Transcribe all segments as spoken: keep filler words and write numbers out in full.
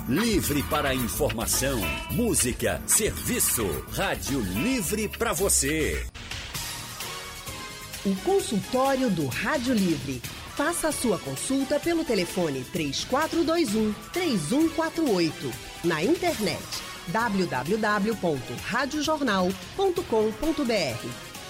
Livre para informação, música, serviço. Rádio Livre para você. O consultório do Rádio Livre. Faça a sua consulta pelo telefone três quatro dois um, três um quatro oito. Na internet w w w ponto rádio jornal ponto com ponto b r.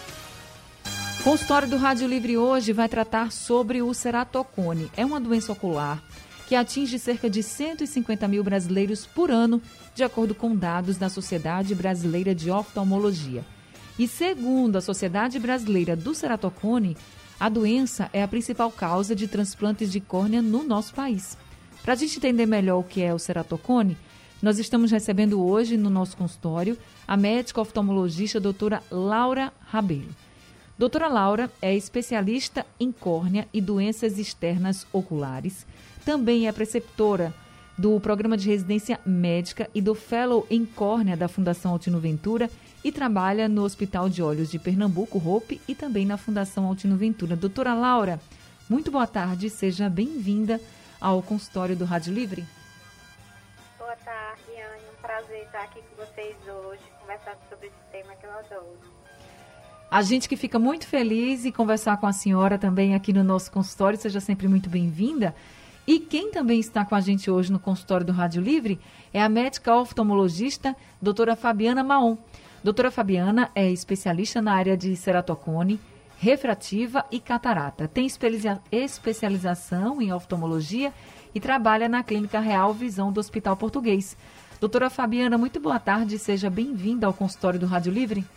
O consultório do Rádio Livre hoje vai tratar sobre o ceratocone. É uma doença ocular que atinge cerca de cento e cinquenta mil brasileiros por ano, de acordo com dados da Sociedade Brasileira de Oftalmologia. E segundo a Sociedade Brasileira do Ceratocone, a doença é a principal causa de transplantes de córnea no nosso país. Para a gente entender melhor o que é o ceratocone, nós estamos recebendo hoje no nosso consultório a médica oftalmologista doutora Laura Rabelo. Doutora Laura é especialista em córnea e doenças externas oculares, também é preceptora do Programa de Residência Médica e do Fellow em Córnea da Fundação Altino Ventura e trabalha no Hospital de Olhos de Pernambuco, Hope, e também na Fundação Altino Ventura. Doutora Laura, muito boa tarde, seja bem-vinda ao consultório do Rádio Livre. Boa tarde, Anne, um prazer estar aqui com vocês hoje, conversar sobre esse tema que eu adoro. A gente que fica muito feliz em conversar com a senhora também aqui no nosso consultório, seja sempre muito bem-vinda. E quem também está com a gente hoje no consultório do Rádio Livre é a médica oftalmologista doutora Fabiana Maon. Doutora Fabiana é especialista na área de ceratocone, refrativa e catarata. Tem especialização em oftalmologia e trabalha na Clínica Real Visão do Hospital Português. Doutora Fabiana, muito boa tarde, seja bem-vinda ao consultório do Rádio Livre.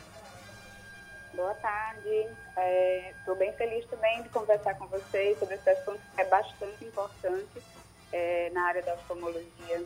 Boa tarde, estou é, bem feliz também de conversar com vocês sobre esse assunto que é bastante importante é, na área da oftalmologia.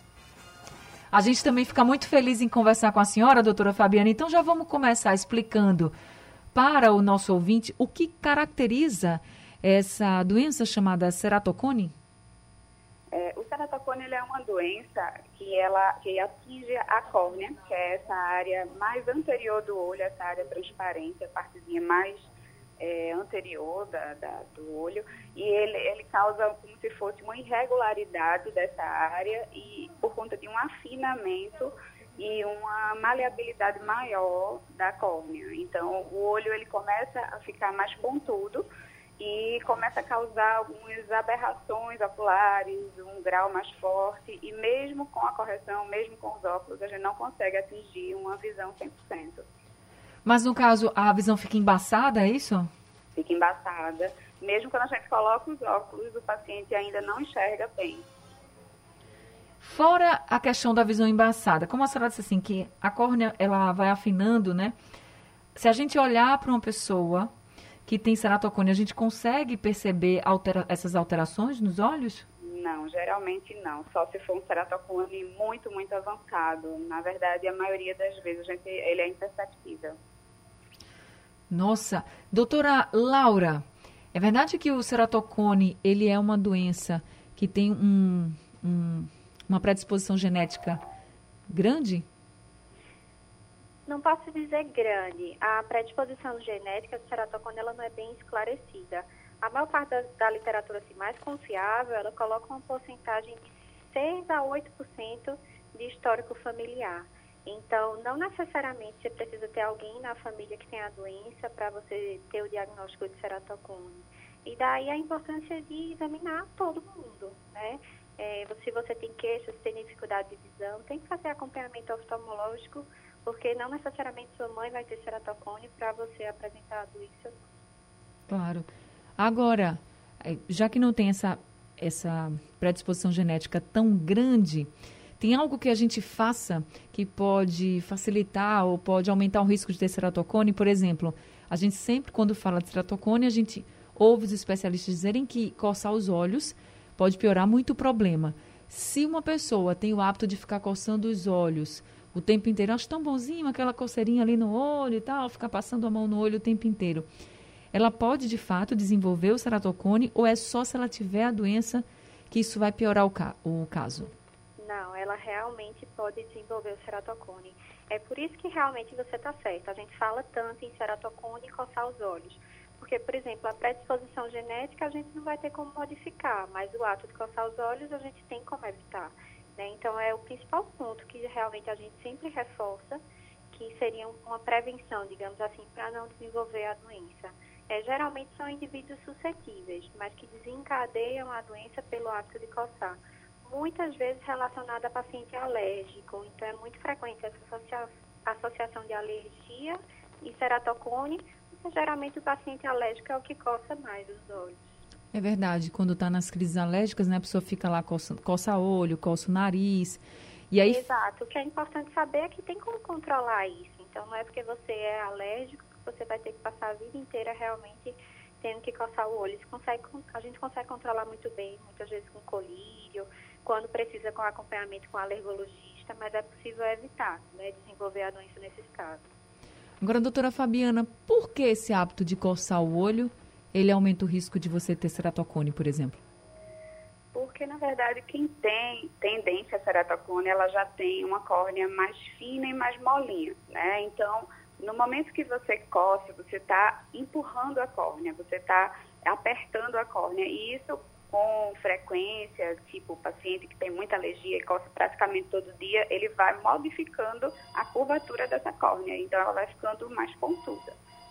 A gente também fica muito feliz em conversar com a senhora, doutora Fabiana. Então já vamos começar explicando para o nosso ouvinte o que caracteriza essa doença chamada ceratocone. É, o ceratocone ele é uma doença que, ela, que atinge a córnea, que é essa área mais anterior do olho, essa área transparente, a partezinha mais é, anterior da, da, do olho, e ele, ele causa como se fosse uma irregularidade dessa área e por conta de um afinamento e uma maleabilidade maior da córnea. Então, o olho ele começa a ficar mais pontudo e começa a causar algumas aberrações oculares, um grau mais forte, e mesmo com a correção, mesmo com os óculos, a gente não consegue atingir uma visão cem por cento. Mas no caso, a visão fica embaçada, é isso? Fica embaçada. Mesmo quando a gente coloca os óculos, o paciente ainda não enxerga bem. Fora a questão da visão embaçada, como a senhora disse assim, que a córnea ela vai afinando, né? Se a gente olhar para uma pessoa que tem ceratocone, a gente consegue perceber altera- essas alterações nos olhos? Não, geralmente não. Só se for um ceratocone muito, muito avançado. Na verdade, a maioria das vezes a gente, ele é imperceptível. Nossa, doutora Laura, é verdade que o ceratocone ele é uma doença que tem um, um, uma predisposição genética grande? Não posso dizer grande. A predisposição genética do ceratocone ela não é bem esclarecida. A maior parte da, da literatura assim, mais confiável, ela coloca uma porcentagem de seis a oito por cento de histórico familiar. Então, não necessariamente você precisa ter alguém na família que tem a doença para você ter o diagnóstico de ceratocone. E daí a importância de examinar todo mundo, né? É, se você tem queixa, se tem dificuldade de visão, tem que fazer acompanhamento oftalmológico, porque não necessariamente sua mãe vai ter ceratocone para você apresentar a doença. Claro. Agora, já que não tem essa, essa predisposição genética tão grande, tem algo que a gente faça que pode facilitar ou pode aumentar o risco de ter ceratocone? Por exemplo, a gente sempre, quando fala de ceratocone, a gente ouve os especialistas dizerem que coçar os olhos pode piorar muito o problema. Se uma pessoa tem o hábito de ficar coçando os olhos o tempo inteiro, acho tão bonzinho aquela coceirinha ali no olho e tal, ficar passando a mão no olho o tempo inteiro, ela pode, de fato, desenvolver o ceratocone ou é só se ela tiver a doença que isso vai piorar o, ca- o caso? Não, ela realmente pode desenvolver o ceratocone. É por isso que realmente você está certo. A gente fala tanto em ceratocone e coçar os olhos. Porque, por exemplo, a predisposição genética a gente não vai ter como modificar, mas o ato de coçar os olhos a gente tem como evitar. né? Então, é o principal ponto que realmente a gente sempre reforça, que seria uma prevenção, digamos assim, para não desenvolver a doença. É, geralmente são indivíduos suscetíveis, mas que desencadeiam a doença pelo hábito de coçar. Muitas vezes relacionada a paciente alérgico, então é muito frequente essa associa- associação de alergia e ceratocone, porque geralmente o paciente alérgico é o que coça mais os olhos. É verdade, quando está nas crises alérgicas, né, a pessoa fica lá, coça, coça olho, coça o nariz. E aí... Exato, o que é importante saber é que tem como controlar isso. Então, não é porque você é alérgico que você vai ter que passar a vida inteira realmente tendo que coçar o olho. Isso consegue, a gente consegue controlar muito bem, muitas vezes com colírio, quando precisa com acompanhamento com alergologista, mas é possível evitar, né, desenvolver a doença nesses casos. Agora, doutora Fabiana, por que esse hábito de coçar o olho, ele aumenta o risco de você ter ceratocone, por exemplo? Porque, na verdade, quem tem tendência a ceratocone, ela já tem uma córnea mais fina e mais molinha, né? Então, no momento que você coça, você está empurrando a córnea, você está apertando a córnea. E isso, com frequência, tipo o paciente que tem muita alergia e coça praticamente todo dia, ele vai modificando a curvatura dessa córnea. Então, ela vai ficando mais pontuda.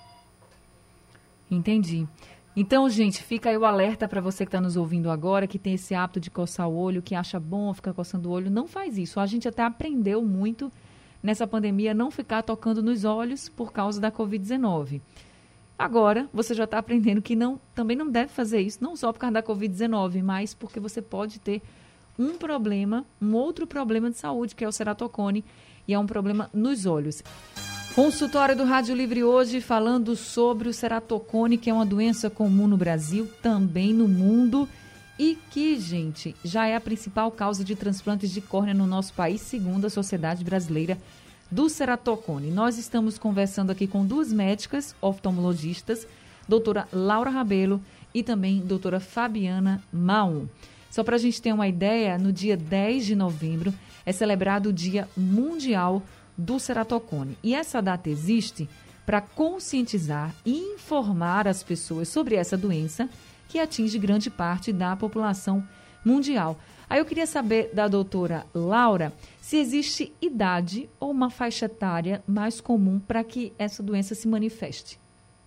Entendi. Então, gente, fica aí o alerta para você que está nos ouvindo agora, que tem esse hábito de coçar o olho, que acha bom ficar coçando o olho. Não faz isso. A gente até aprendeu muito nessa pandemia não ficar tocando nos olhos por causa da covid dezenove. Agora, você já está aprendendo que não, também não deve fazer isso, não só por causa da covid dezenove, mas porque você pode ter um problema, um outro problema de saúde, que é o ceratocone, e é um problema nos olhos. Consultório do Rádio Livre hoje falando sobre o ceratocone, que é uma doença comum no Brasil, também no mundo, e que, gente, já é a principal causa de transplantes de córnea no nosso país, segundo a Sociedade Brasileira do Ceratocone. Nós estamos conversando aqui com duas médicas oftalmologistas, doutora Laura Rabelo e também doutora Fabiana Maum. Só para a gente ter uma ideia, no dia dez de novembro é celebrado o Dia Mundial do Ceratocone. E essa data existe para conscientizar e informar as pessoas sobre essa doença que atinge grande parte da população mundial. Aí eu queria saber da doutora Laura se existe idade ou uma faixa etária mais comum para que essa doença se manifeste.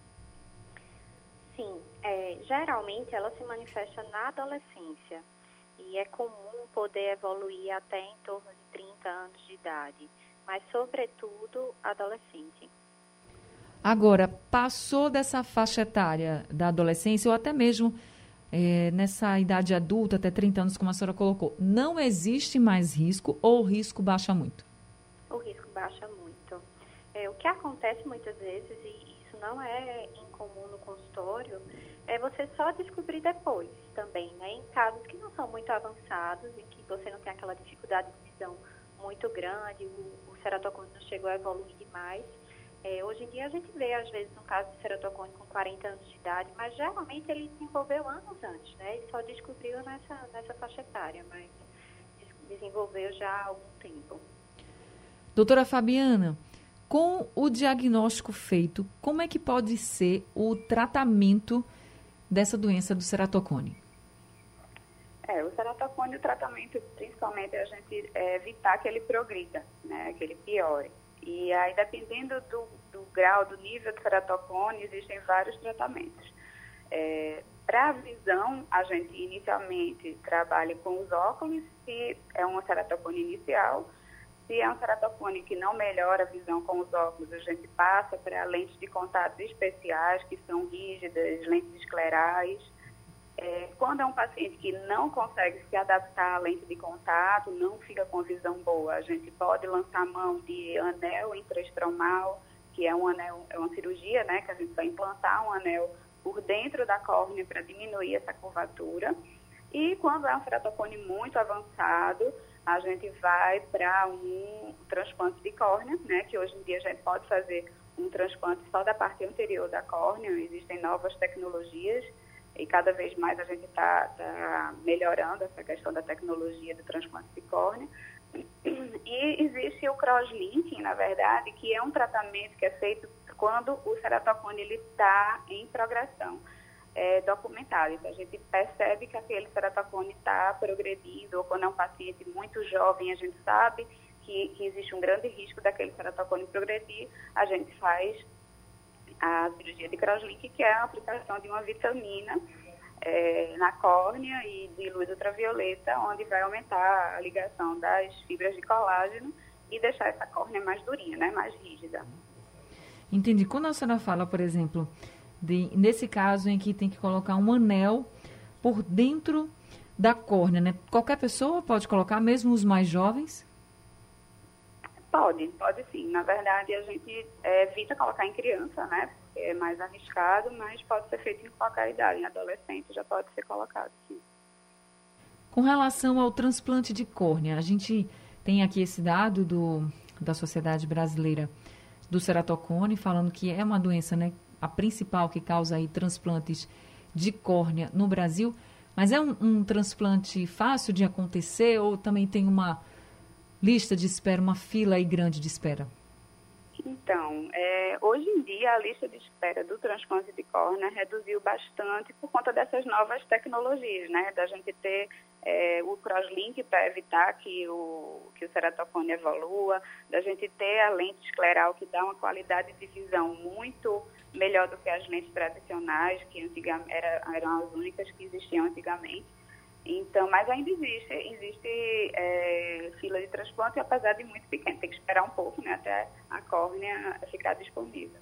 Sim, é, geralmente ela se manifesta na adolescência e é comum poder evoluir até em torno de trinta anos de idade, mas sobretudo adolescente. Agora, passou dessa faixa etária da adolescência ou até mesmo é, nessa idade adulta, até trinta anos, como a senhora colocou, não existe mais risco ou o risco baixa muito? O risco baixa muito. É, o que acontece muitas vezes, e isso não é incomum no consultório, é você só descobrir depois também, né? Em casos que não são muito avançados, em que você não tem aquela dificuldade de visão muito grande, o, o ceratocone não chegou a evoluir demais. É, hoje em dia a gente vê, às vezes, um caso de ceratocone com quarenta anos de idade, mas geralmente ele desenvolveu anos antes, né? Ele só descobriu nessa, nessa faixa etária, mas desenvolveu já há algum tempo. Doutora Fabiana, com o diagnóstico feito, como é que pode ser o tratamento dessa doença do ceratocone? É, o ceratocone, o tratamento, principalmente, é a gente é, evitar que ele progrida, né, que ele piore. E aí, dependendo do, do grau, do nível de ceratocone, existem vários tratamentos. É, Para a visão, a gente inicialmente trabalha com os óculos, se é uma ceratocone inicial. Se é um ceratocone que não melhora a visão com os óculos, a gente passa para lentes de contato especiais, que são rígidas, lentes esclerais. É, quando é um paciente que não consegue se adaptar à lente de contato, não fica com visão boa, a gente pode lançar mão de anel intraestromal, que é um anel, é uma cirurgia, né, que a gente vai implantar um anel por dentro da córnea para diminuir essa curvatura. E quando é um ceratocone muito avançado, a gente vai para um transplante de córnea, né, que hoje em dia a gente pode fazer um transplante só da parte anterior da córnea. Existem novas tecnologias e cada vez mais a gente está tá melhorando essa questão da tecnologia do transplante de córnea. E existe o crosslinking, na verdade, que é um tratamento que é feito quando o ceratocone está em progressão. é, documentada. Então, a gente percebe que aquele ceratocone está progredindo, ou quando é um paciente muito jovem, a gente sabe que, que existe um grande risco daquele ceratocone progredir, a gente faz a cirurgia de crosslink, que é a aplicação de uma vitamina é, na córnea e de luz ultravioleta, onde vai aumentar a ligação das fibras de colágeno e deixar essa córnea mais durinha, né, mais rígida. Entendi. Quando a senhora fala, por exemplo, de, nesse caso em que tem que colocar um anel por dentro da córnea, né? Qualquer pessoa pode colocar, mesmo os mais jovens? Pode, pode sim. Na verdade, a gente é, evita colocar em criança, né? Porque é mais arriscado, mas pode ser feito em qualquer idade. Em adolescente já pode ser colocado, sim. Com relação ao transplante de córnea, a gente tem aqui esse dado do, da Sociedade Brasileira do Ceratocone, falando que é uma doença, né, a principal que causa aí transplantes de córnea no Brasil. Mas é um, um transplante fácil de acontecer ou também tem uma lista de espera, uma fila aí grande de espera? Então, é, hoje em dia a lista de espera do transplante de córnea reduziu bastante por conta dessas novas tecnologias, né? Da gente ter é, o crosslink para evitar que o, que o ceratocone evolua, da gente ter a lente escleral que dá uma qualidade de visão muito melhor do que as lentes tradicionais, que antigamente era, eram as únicas que existiam antigamente. Então, mas ainda existe, existe é, fila de transplante, apesar de muito pequeno. Tem que esperar um pouco, né, até a córnea ficar disponível.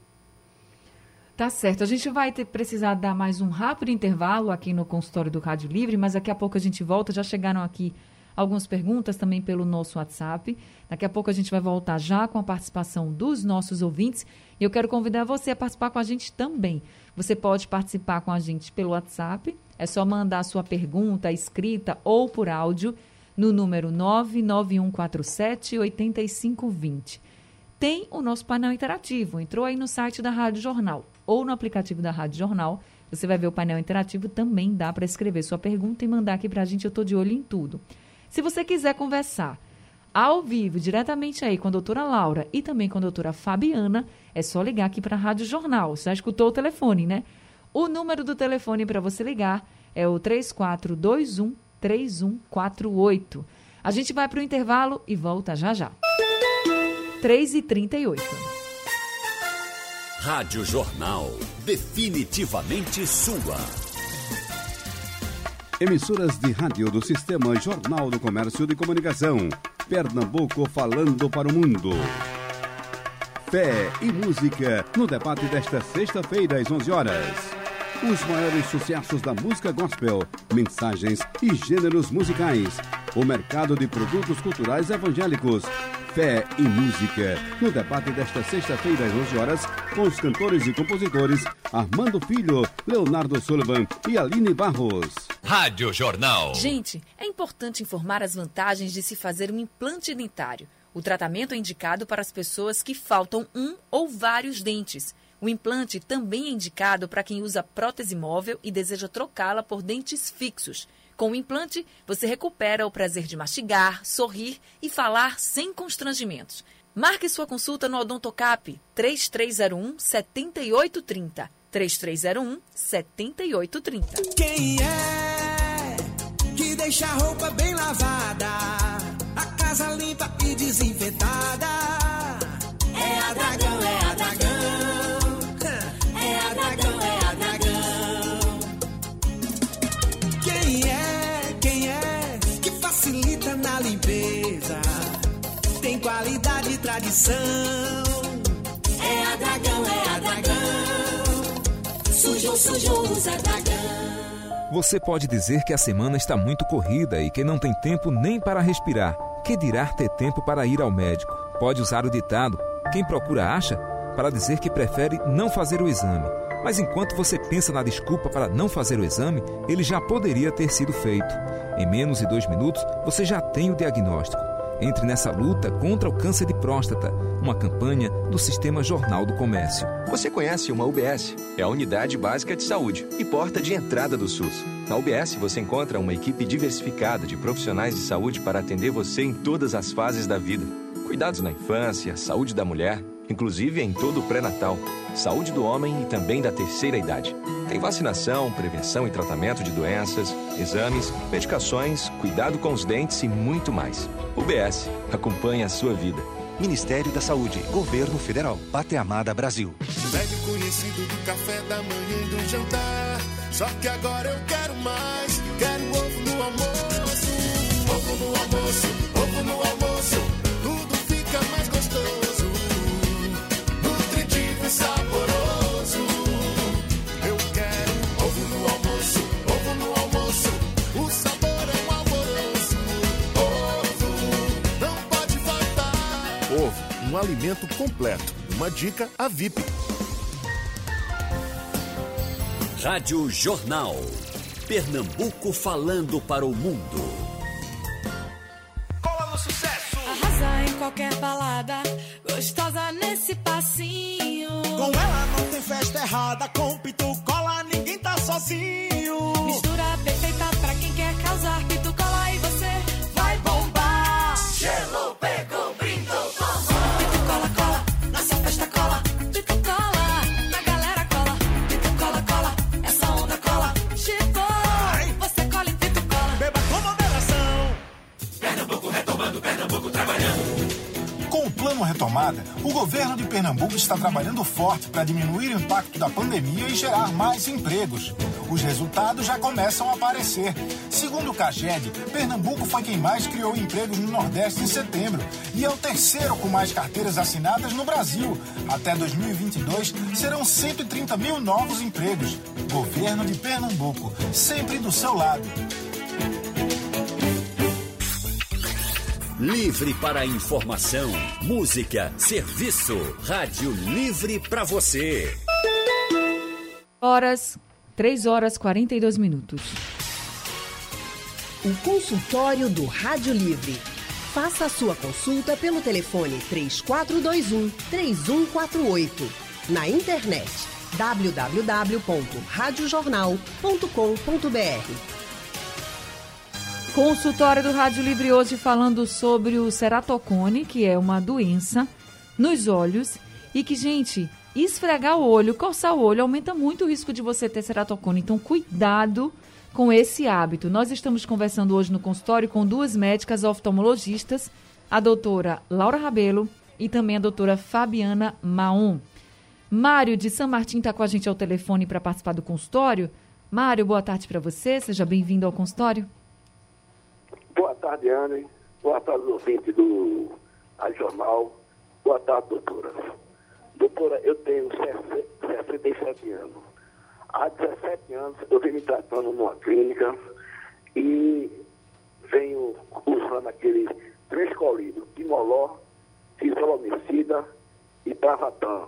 Tá certo. A gente vai ter, precisar dar mais um rápido intervalo aqui no consultório do Rádio Livre, mas daqui a pouco a gente volta. Já chegaram aqui algumas perguntas também pelo nosso WhatsApp. Daqui a pouco a gente vai voltar já com a participação dos nossos ouvintes. E eu quero convidar você a participar com a gente também. Você pode participar com a gente pelo WhatsApp. É só mandar a sua pergunta escrita ou por áudio no número nove nove um quatro sete, oito cinco dois zero. Tem o nosso painel interativo. Entrou aí no site da Rádio Jornal ou no aplicativo da Rádio Jornal. Você vai ver o painel interativo. Também dá para escrever sua pergunta e mandar aqui para a gente. Eu estou de olho em tudo. Se você quiser conversar ao vivo, diretamente aí com a doutora Laura e também com a doutora Fabiana, é só ligar aqui para a Rádio Jornal. Você já escutou o telefone, né? O número do telefone para você ligar é o três quatro dois um, três um quatro oito. A gente vai para o intervalo e volta já já. três e trinta e oito. Rádio Jornal, definitivamente sua. Emissoras de rádio do Sistema Jornal do Comércio de Comunicação. Pernambuco falando para o mundo. Fé e música no debate desta sexta-feira às onze horas. Os maiores sucessos da música gospel, mensagens e gêneros musicais. O mercado de produtos culturais evangélicos. Fé e música no debate desta sexta-feira às onze horas com os cantores e compositores Armando Filho, Leonardo Sullivan e Aline Barros. Rádio Jornal. Gente, é importante informar as vantagens de se fazer um implante dentário. O tratamento é indicado para as pessoas que faltam um ou vários dentes. O implante também é indicado para quem usa prótese móvel e deseja trocá-la por dentes fixos. Com o implante, você recupera o prazer de mastigar, sorrir e falar sem constrangimentos. Marque sua consulta no Odontocap três três zero um, sete oito três zero. três três zero um, sete oito três zero. Quem é que deixa a roupa bem lavada, a casa limpa e desinfetada? É a Dragão, é a Dragão. É a Dragão, é a Dragão. Quem é, quem é que facilita na limpeza? Tem qualidade e tradição. É a Dragão, é a Dragão. Sujo, sujo, usa Dragão. Você pode dizer que a semana está muito corrida e que não tem tempo nem para respirar. Que dirá ter tempo para ir ao médico? Pode usar o ditado "quem procura acha" para dizer que prefere não fazer o exame. Mas enquanto você pensa na desculpa para não fazer o exame, ele já poderia ter sido feito. Em menos de dois minutos, você já tem o diagnóstico. Entre nessa luta contra o câncer de próstata, uma campanha do Sistema Jornal do Comércio. Você conhece uma U B S? É a Unidade Básica de Saúde e porta de entrada do SUS. Na U B S você encontra uma equipe diversificada de profissionais de saúde para atender você em todas as fases da vida. Cuidados na infância, saúde da mulher, inclusive em todo o pré-natal, saúde do homem e também da terceira idade. Tem vacinação, prevenção e tratamento de doenças, exames, medicações, cuidado com os dentes e muito mais. U B S acompanha a sua vida. Ministério da Saúde, Governo Federal, Pátria Amada Brasil. Velho conhecido do café da manhã e do jantar. Só que agora eu quero mais. Quero ovo no almoço. Ovo no almoço, ovo no almoço. Tudo fica mais gostoso. Nutritivo e saboroso. Eu quero ovo no almoço, ovo no almoço. O sabor é um alvoroço. Ovo não pode faltar. Ovo, um alimento completo. Uma dica a V I P. Rádio Jornal. Pernambuco falando para o mundo. Cola no sucesso. Arrasa em qualquer balada, gostosa nesse passinho. Com ela não tem festa errada, com Pitu Cola ninguém tá sozinho. Mistura perfeita pra quem quer causar. Pitu Cola e você vai bombar. Gelo, pegou, brindou, tomou. Pitu Cola, cola, nossa festa cola. Pitu Cola, na galera cola. Pitu Cola, cola, essa onda cola. Chegou, você cola em Pitu Cola. Beba com moderação. Pernambuco retomando, Pernambuco trabalhando. Com o Plano Retomada, o governo de Pernambuco está trabalhando forte para diminuir o impacto da pandemia e gerar mais empregos. Os resultados já começam a aparecer. Segundo o CAGED, Pernambuco foi quem mais criou empregos no Nordeste em setembro e é o terceiro com mais carteiras assinadas no Brasil. Até dois mil e vinte e dois, serão cento e trinta mil novos empregos. Governo de Pernambuco, sempre do seu lado. Livre para informação, música, serviço. Rádio Livre para você. Horas, três horas e quarenta e dois minutos. O consultório do Rádio Livre. Faça a sua consulta pelo telefone três quatro dois um, três um quatro oito. Na internet w w w ponto rádio jornal ponto com ponto b r. Consultório do Rádio Livre hoje falando sobre o ceratocone, que é uma doença nos olhos e que, gente, esfregar o olho, coçar o olho, aumenta muito o risco de você ter ceratocone. Então, cuidado com esse hábito. Nós estamos conversando hoje no consultório com duas médicas oftalmologistas, a doutora Laura Rabelo e também a doutora Fabiana Maon. Mário de São Martim está com a gente ao telefone para participar do consultório. Mário, boa tarde para você. Seja bem-vindo ao consultório. Boa tarde, Anne. Boa tarde, ouvinte do Rádio Jornal. Boa tarde, doutora. Doutora, eu tenho sessenta e sete anos. Há dezessete anos eu venho me tratando numa clínica e venho usando aquele três colírios, Timoló, Fisolomicida e Travatan.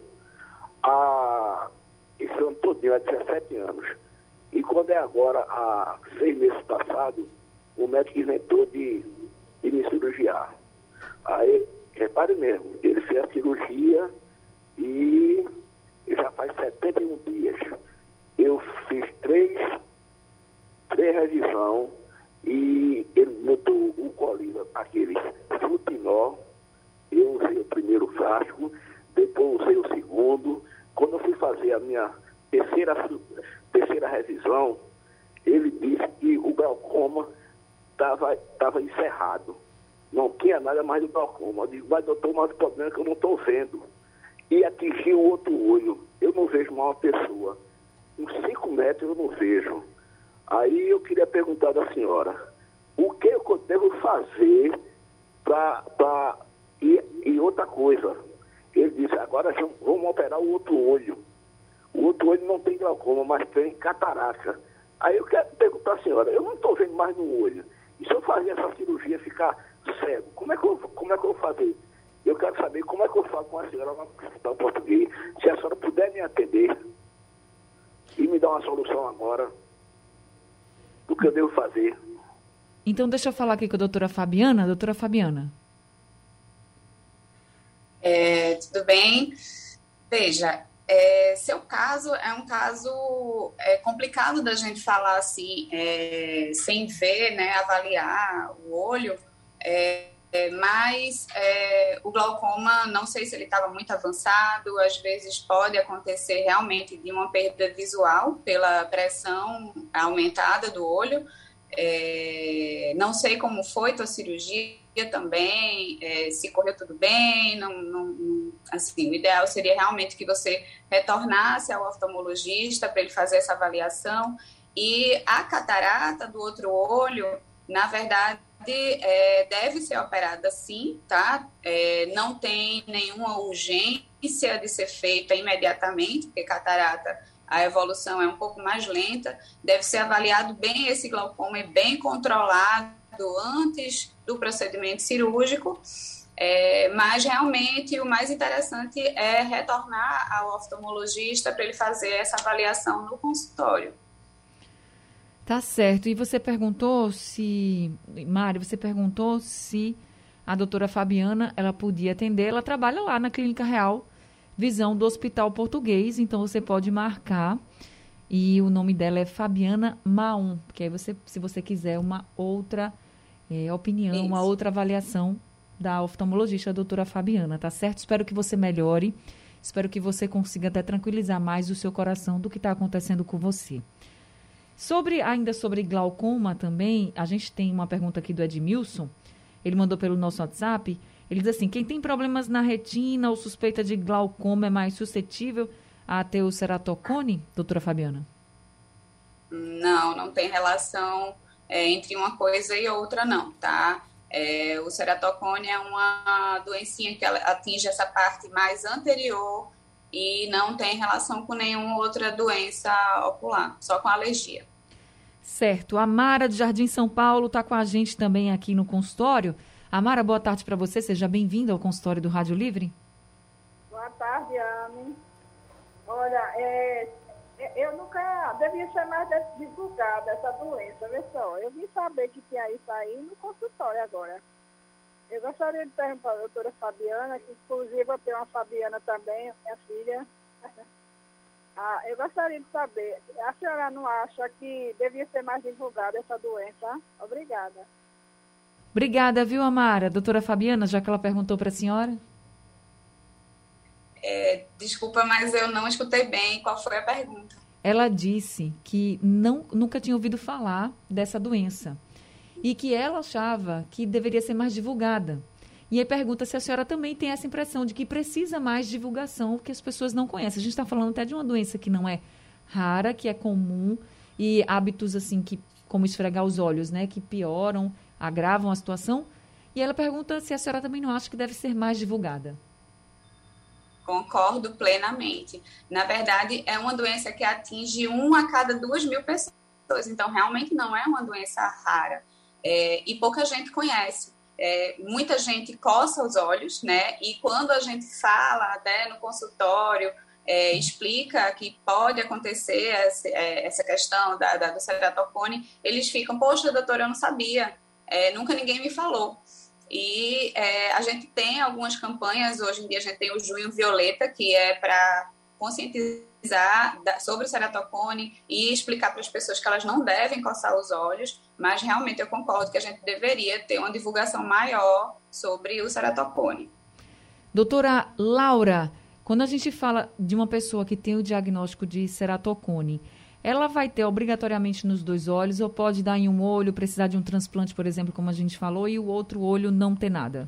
Há esse ano todinho, há dezessete anos. E quando é agora, há seis meses passados, o médico inventou de, de me cirurgiar. Aí, repare mesmo, ele fez a cirurgia e já faz setenta e um dias. Eu fiz três, três revisões e ele botou o colírio, aquele Flutinol. Eu usei o primeiro frasco, depois usei o segundo. Quando eu fui fazer a minha terceira, terceira revisão, ele disse que o glaucoma estava tava encerrado. Não tinha nada mais do glaucoma. Eu digo, mas doutor, mas o problema é que eu não estou vendo. E atingiu o outro olho. Eu não vejo mais uma pessoa. Uns cinco metros eu não vejo. Aí eu queria perguntar da senhora, o que eu devo fazer para... E, e outra coisa, ele disse, agora vamos operar o outro olho. O outro olho não tem glaucoma, mas tem catarata. Aí eu quero perguntar à senhora, eu não estou vendo mais no olho. E se eu fazer essa cirurgia ficar cego, como é que eu, como é que eu vou fazer? Eu quero saber como é que eu falo com a senhora lá no hospital português. Se a senhora puder me atender e me dar uma solução agora do que eu devo fazer. Então, deixa eu falar aqui com a doutora Fabiana. Doutora Fabiana. É, tudo bem? Veja, é, seu caso é um caso é, complicado da gente falar assim, é, sem ver, né, avaliar o olho, é, é, mas é, o glaucoma, não sei se ele estava muito avançado, às vezes pode acontecer realmente de uma perda visual pela pressão aumentada do olho. É, não sei como foi tua cirurgia também, é, se correu tudo bem, não, não, assim, o ideal seria realmente que você retornasse ao oftalmologista para ele fazer essa avaliação. E a catarata do outro olho, na verdade, é, deve ser operada sim, tá? É, não tem nenhuma urgência de ser feita imediatamente, porque catarata, a evolução é um pouco mais lenta, deve ser avaliado bem esse glaucoma e bem controlado antes do procedimento cirúrgico, é, mas realmente o mais interessante é retornar ao oftalmologista para ele fazer essa avaliação no consultório. Tá certo. E você perguntou se, Mari, você perguntou se a doutora Fabiana, ela podia atender, ela trabalha lá na Clínica Real Visão do Hospital Português, então você pode marcar, e o nome dela é Fabiana Maum, porque aí você, se você quiser uma outra é, opinião, Isso. uma outra avaliação da oftalmologista, a doutora Fabiana, tá certo? Espero que você melhore, espero que você consiga até tranquilizar mais o seu coração do que está acontecendo com você. Sobre, ainda sobre glaucoma também, a gente tem uma pergunta aqui do Edmilson, ele mandou pelo nosso WhatsApp, ele diz assim, quem tem problemas na retina ou suspeita de glaucoma é mais suscetível a ter o ceratocone, doutora Fabiana? Não, não tem relação é, entre uma coisa e outra não, tá? É, o ceratocone é uma doencinha que ela atinge essa parte mais anterior e não tem relação com nenhuma outra doença ocular, só com alergia. Certo. A Mara de Jardim São Paulo está com a gente também aqui no consultório. Amara, boa tarde para você. Seja bem-vinda ao consultório do Rádio Livre. Boa tarde, Anne. Olha, é, eu nunca devia ser mais divulgada essa doença, vê só. Eu vim saber que tinha isso aí no consultório agora. Eu gostaria de perguntar à doutora Fabiana, que inclusive eu tenho uma Fabiana também, minha filha. Ah, eu gostaria de saber, a senhora não acha que devia ser mais divulgada essa doença? Obrigada. Obrigada, viu, Amara? Doutora Fabiana, já que ela perguntou para a senhora. É, desculpa, mas eu não escutei bem. Qual foi a pergunta? Ela disse que não, nunca tinha ouvido falar dessa doença e que ela achava que deveria ser mais divulgada. E aí pergunta se a senhora também tem essa impressão de que precisa mais divulgação, que as pessoas não conhecem. A gente está falando até de uma doença que não é rara, que é comum, e hábitos assim, que, como esfregar os olhos, né, que pioram, agravam a situação. E ela pergunta se a senhora também não acha que deve ser mais divulgada. Concordo plenamente. Na verdade, é uma doença que atinge um a cada duas mil pessoas. Então, realmente não é uma doença rara. É, e pouca gente conhece. É, muita gente coça os olhos, né? E quando a gente fala até no consultório, é, explica que pode acontecer essa, é, essa questão da, da, do ceratocone, eles ficam, poxa, doutora, eu não sabia. É, nunca ninguém me falou. E é, a gente tem algumas campanhas, hoje em dia a gente tem o Junho Violeta, que é para conscientizar sobre o ceratocone e explicar para as pessoas que elas não devem coçar os olhos, mas realmente eu concordo que a gente deveria ter uma divulgação maior sobre o ceratocone. Doutora Laura, quando a gente fala de uma pessoa que tem o diagnóstico de ceratocone, ela vai ter obrigatoriamente nos dois olhos ou pode dar em um olho, precisar de um transplante, por exemplo, como a gente falou, e o outro olho não ter nada?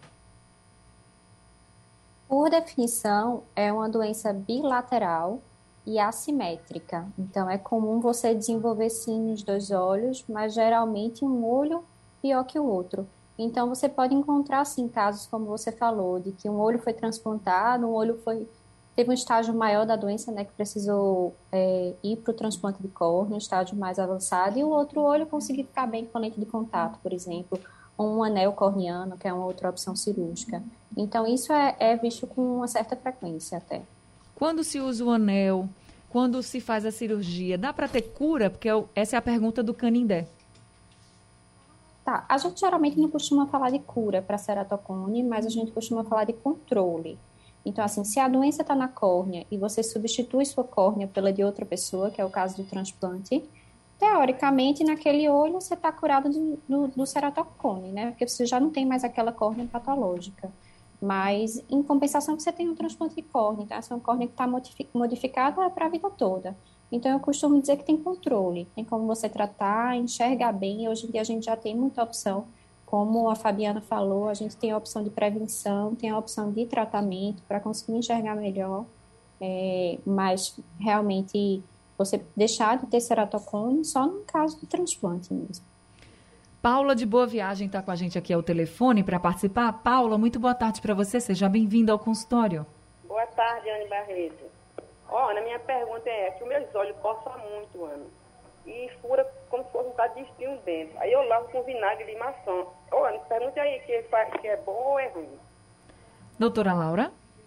Por definição, é uma doença bilateral e assimétrica. Então, é comum você desenvolver sim nos dois olhos, mas geralmente um olho pior que o outro. Então, você pode encontrar, sim, casos como você falou, de que um olho foi transplantado, um olho foi... teve um estágio maior da doença, né, que precisou é, ir para o transplante de córnea, um estágio mais avançado, e o outro olho conseguir ficar bem com lente de contato, por exemplo, ou um anel corneano, que é uma outra opção cirúrgica. Então, isso é, é visto com uma certa frequência até. Quando se usa o anel, quando se faz a cirurgia, dá para ter cura? Porque eu, essa é a pergunta do Canindé. Tá, a gente geralmente não costuma falar de cura para ceratocone, mas a gente costuma falar de controle. Então, assim, se a doença está na córnea e você substitui sua córnea pela de outra pessoa, que é o caso do transplante, teoricamente, naquele olho você está curado do, do, do ceratocone, né? Porque você já não tem mais aquela córnea patológica. Mas, em compensação, você tem um transplante de córnea. Então, essa é uma córnea que está modificada para a vida toda. Então, eu costumo dizer que tem controle. Tem como você tratar, enxergar bem. Hoje em dia, a gente já tem muita opção. Como a Fabiana falou, a gente tem a opção de prevenção, tem a opção de tratamento para conseguir enxergar melhor. É, mas, realmente, você deixar de ter ceratocone só no caso do transplante mesmo. Paula de Boa Viagem está com a gente aqui ao telefone para participar. Paula, muito boa tarde para você. Seja bem-vinda ao consultório. Boa tarde, Anne Barreto. Olha, a minha pergunta é que os meus olhos coçam muito, Ana, e fura como se fosse um bocado de espinho dentro. Aí eu lavo com vinagre de maçã. Olha, pergunta aí que, que é bom ou é ruim. Doutora Laura?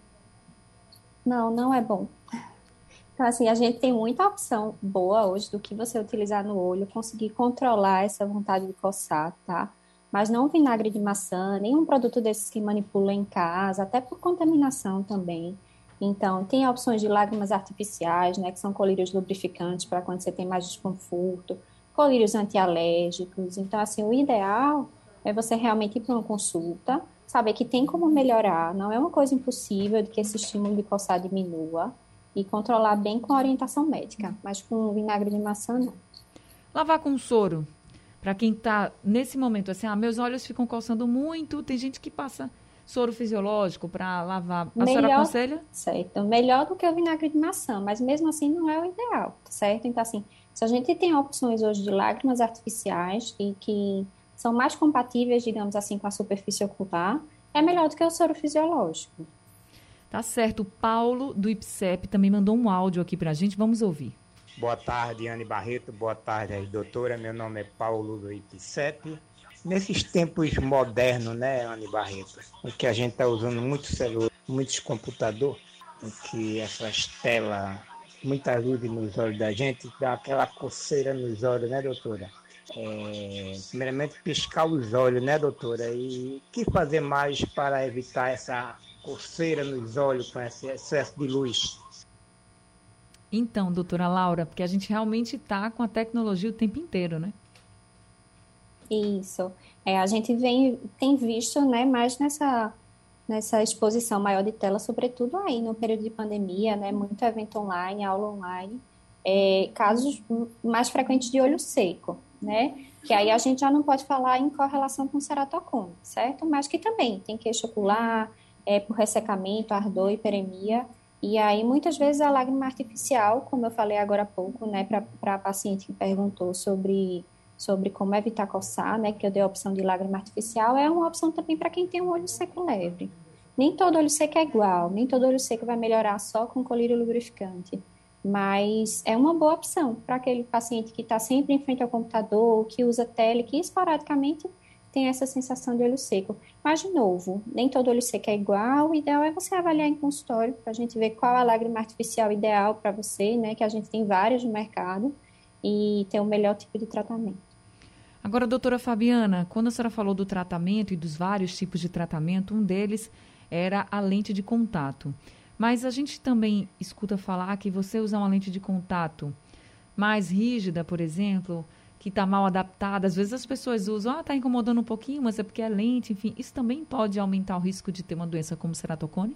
Não, não é bom. Então, assim, a gente tem muita opção boa hoje do que você utilizar no olho, conseguir controlar essa vontade de coçar, tá? Mas não vinagre de maçã, nenhum produto desses que manipula em casa, até por contaminação também. Então, tem opções de lágrimas artificiais, né, que são colírios lubrificantes para quando você tem mais desconforto, colírios antialérgicos. Então, assim, o ideal é você realmente ir para uma consulta, saber que tem como melhorar, não é uma coisa impossível de que esse estímulo de coçar diminua, e controlar bem com a orientação médica, mas com vinagre de maçã, não. Lavar com soro, para quem está nesse momento, assim, ah, meus olhos ficam coçando muito, tem gente que passa soro fisiológico para lavar. A melhor, senhora aconselha? Certo, melhor do que o vinagre de maçã, mas mesmo assim não é o ideal, certo? Então, assim, se a gente tem opções hoje de lágrimas artificiais e que são mais compatíveis, digamos assim, com a superfície ocular, é melhor do que o soro fisiológico. Tá certo. O Paulo, do I P S E P, também mandou um áudio aqui pra gente. Vamos ouvir. Boa tarde, Anne Barreto. Boa tarde, aí, doutora. Meu nome é Paulo, do I P S E P. Nesses tempos modernos, né, Anne Barreto, em que a gente está usando muito celular, muitos computadores, em que essas telas, muita luz nos olhos da gente, dá aquela coceira nos olhos, né, doutora? É, primeiramente, piscar os olhos, né, doutora? E o que fazer mais para evitar essa coceira nos olhos com esse excesso de luz? Então, doutora Laura, porque a gente realmente está com a tecnologia o tempo inteiro, né? Isso. É, a gente vem, tem visto, né, mais nessa, nessa exposição maior de tela, sobretudo aí no período de pandemia, né, muito evento online, aula online, é, casos mais frequentes de olho seco, né? Que aí a gente já não pode falar em correlação com ceratocone, certo? Mas que também tem queixo ocular, é, por ressecamento, ardor, hiperemia. E aí, muitas vezes, a lágrima artificial, como eu falei agora há pouco, né, para a paciente que perguntou sobre, sobre como evitar coçar, né, que eu dei a opção de lágrima artificial, é uma opção também para quem tem um olho seco leve. Nem todo olho seco é igual, nem todo olho seco vai melhorar só com colírio lubrificante. Mas é uma boa opção para aquele paciente que está sempre em frente ao computador, que usa tele, que esporadicamente tem essa sensação de olho seco. Mas, de novo, nem todo olho seco é igual. O ideal é você avaliar em consultório para a gente ver qual a lágrima artificial ideal para você, né? Que a gente tem várias no mercado e ter o melhor tipo de tratamento. Agora, doutora Fabiana, quando a senhora falou do tratamento e dos vários tipos de tratamento, um deles era a lente de contato. Mas a gente também escuta falar que você usar uma lente de contato mais rígida, por exemplo, que está mal adaptada, às vezes as pessoas usam, ah, está incomodando um pouquinho, mas é porque é lente, enfim, isso também pode aumentar o risco de ter uma doença como ceratocone?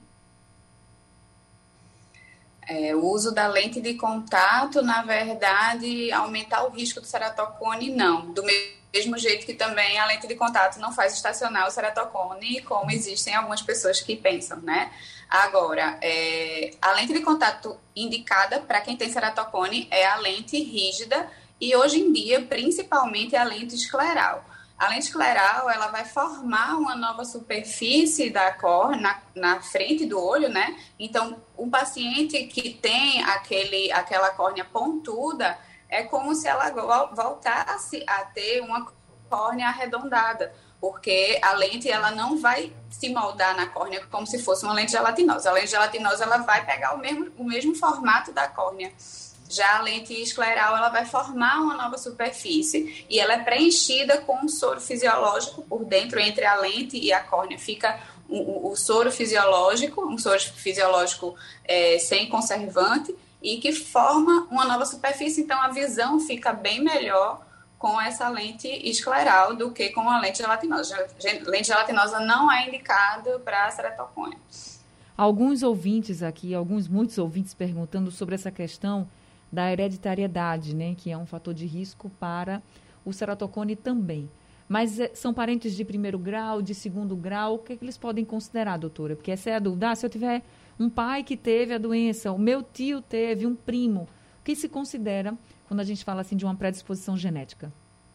É, o uso da lente de contato, na verdade, aumentar o risco do ceratocone, não. Do mesmo jeito que também a lente de contato não faz estacionar o ceratocone, como existem algumas pessoas que pensam, né? Agora, é, a lente de contato indicada para quem tem ceratocone é a lente rígida e, hoje em dia, principalmente a lente escleral. A lente escleral, ela vai formar uma nova superfície da córnea na, na frente do olho, né? Então, um paciente que tem aquele, aquela córnea pontuda, é como se ela voltasse a ter uma córnea arredondada, porque a lente ela não vai se moldar na córnea como se fosse uma lente gelatinosa. A lente gelatinosa ela vai pegar o mesmo, o mesmo formato da córnea. Já a lente escleral, ela vai formar uma nova superfície e ela é preenchida com um soro fisiológico por dentro, entre a lente e a córnea. Fica o, o, o soro fisiológico, um soro fisiológico é, sem conservante, e que forma uma nova superfície, então a visão fica bem melhor com essa lente escleral do que com a lente gelatinosa. Lente gelatinosa não é indicada para ceratocone. Alguns ouvintes aqui, alguns, muitos ouvintes perguntando sobre essa questão da hereditariedade, né, que é um fator de risco para o ceratocone também. Mas é, são parentes de primeiro grau, de segundo grau, o que, é que eles podem considerar, doutora? Porque essa é a dúvida. Ah, se eu tiver um pai que teve a doença, o meu tio teve, um primo, o que se considera quando a gente fala assim de uma predisposição genética?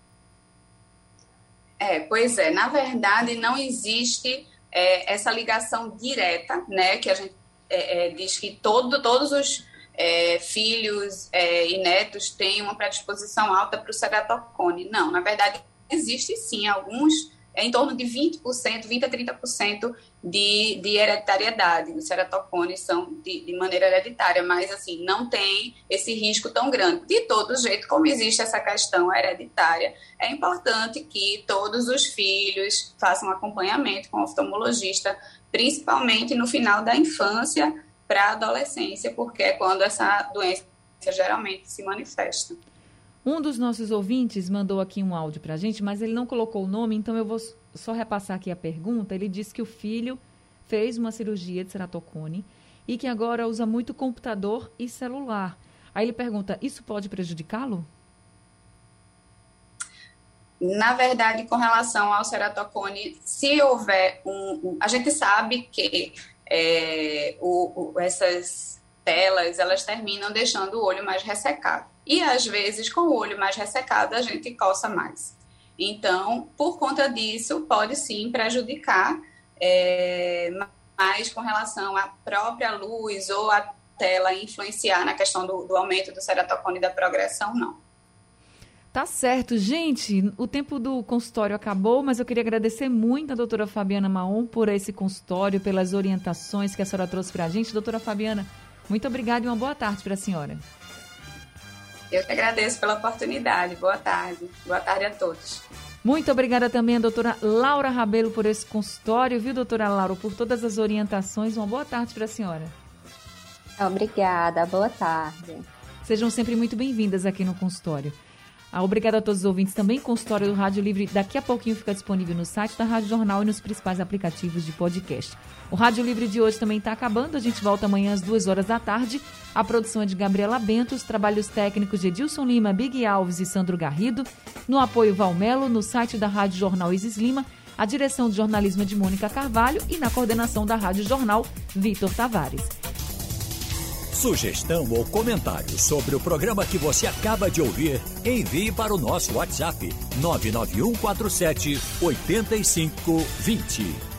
É, pois é, na verdade não existe é, essa ligação direta, né, que a gente é, é, diz que todo, todos os é, filhos é, e netos têm uma predisposição alta para o ceratocone. Não, na verdade existe sim alguns, é, em torno de vinte por cento, vinte a trinta por cento de, de hereditariedade. Os ceratocones são de, de maneira hereditária, mas assim, não tem esse risco tão grande. De todo jeito, como existe essa questão hereditária, é importante que todos os filhos façam acompanhamento com o oftalmologista, principalmente no final da infância para a adolescência, porque é quando essa doença geralmente se manifesta. Um dos nossos ouvintes mandou aqui um áudio para a gente, mas ele não colocou o nome, então eu vou só repassar aqui a pergunta. Ele disse que o filho fez uma cirurgia de ceratocone e que agora usa muito computador e celular. Aí ele pergunta, isso pode prejudicá-lo? Na verdade, com relação ao ceratocone, se houver um... um a gente sabe que é, o, o, essas telas, elas terminam deixando o olho mais ressecado. E, às vezes, com o olho mais ressecado, a gente coça mais. Então, por conta disso, pode sim prejudicar, é, mas com relação à própria luz ou a tela influenciar na questão do, do aumento do ceratocone e da progressão, não. Tá certo. Gente, o tempo do consultório acabou, mas eu queria agradecer muito a doutora Fabiana Mahon por esse consultório, pelas orientações que a senhora trouxe para a gente. Doutora Fabiana, muito obrigada e uma boa tarde para a senhora. Eu que agradeço pela oportunidade. Boa tarde. Boa tarde a todos. Muito obrigada também a doutora Laura Rabelo por esse consultório, viu, doutora Laura, por todas as orientações. Uma boa tarde para a senhora. Obrigada, boa tarde. Sejam sempre muito bem-vindas aqui no consultório. Obrigada a todos os ouvintes também. Consultório do Rádio Livre daqui a pouquinho fica disponível no site da Rádio Jornal e nos principais aplicativos de podcast. O Rádio Livre de hoje também está acabando. A gente volta amanhã às duas horas da tarde. A produção é de Gabriela Bento, os trabalhos técnicos de Edilson Lima, Big Alves e Sandro Garrido. No apoio Valmelo, no site da Rádio Jornal Isis Lima. A direção de jornalismo é de Mônica Carvalho e na coordenação da Rádio Jornal, Vitor Tavares. Sugestão ou comentário sobre o programa que você acaba de ouvir, envie para o nosso WhatsApp nove nove um quatro sete oito cinco dois zero.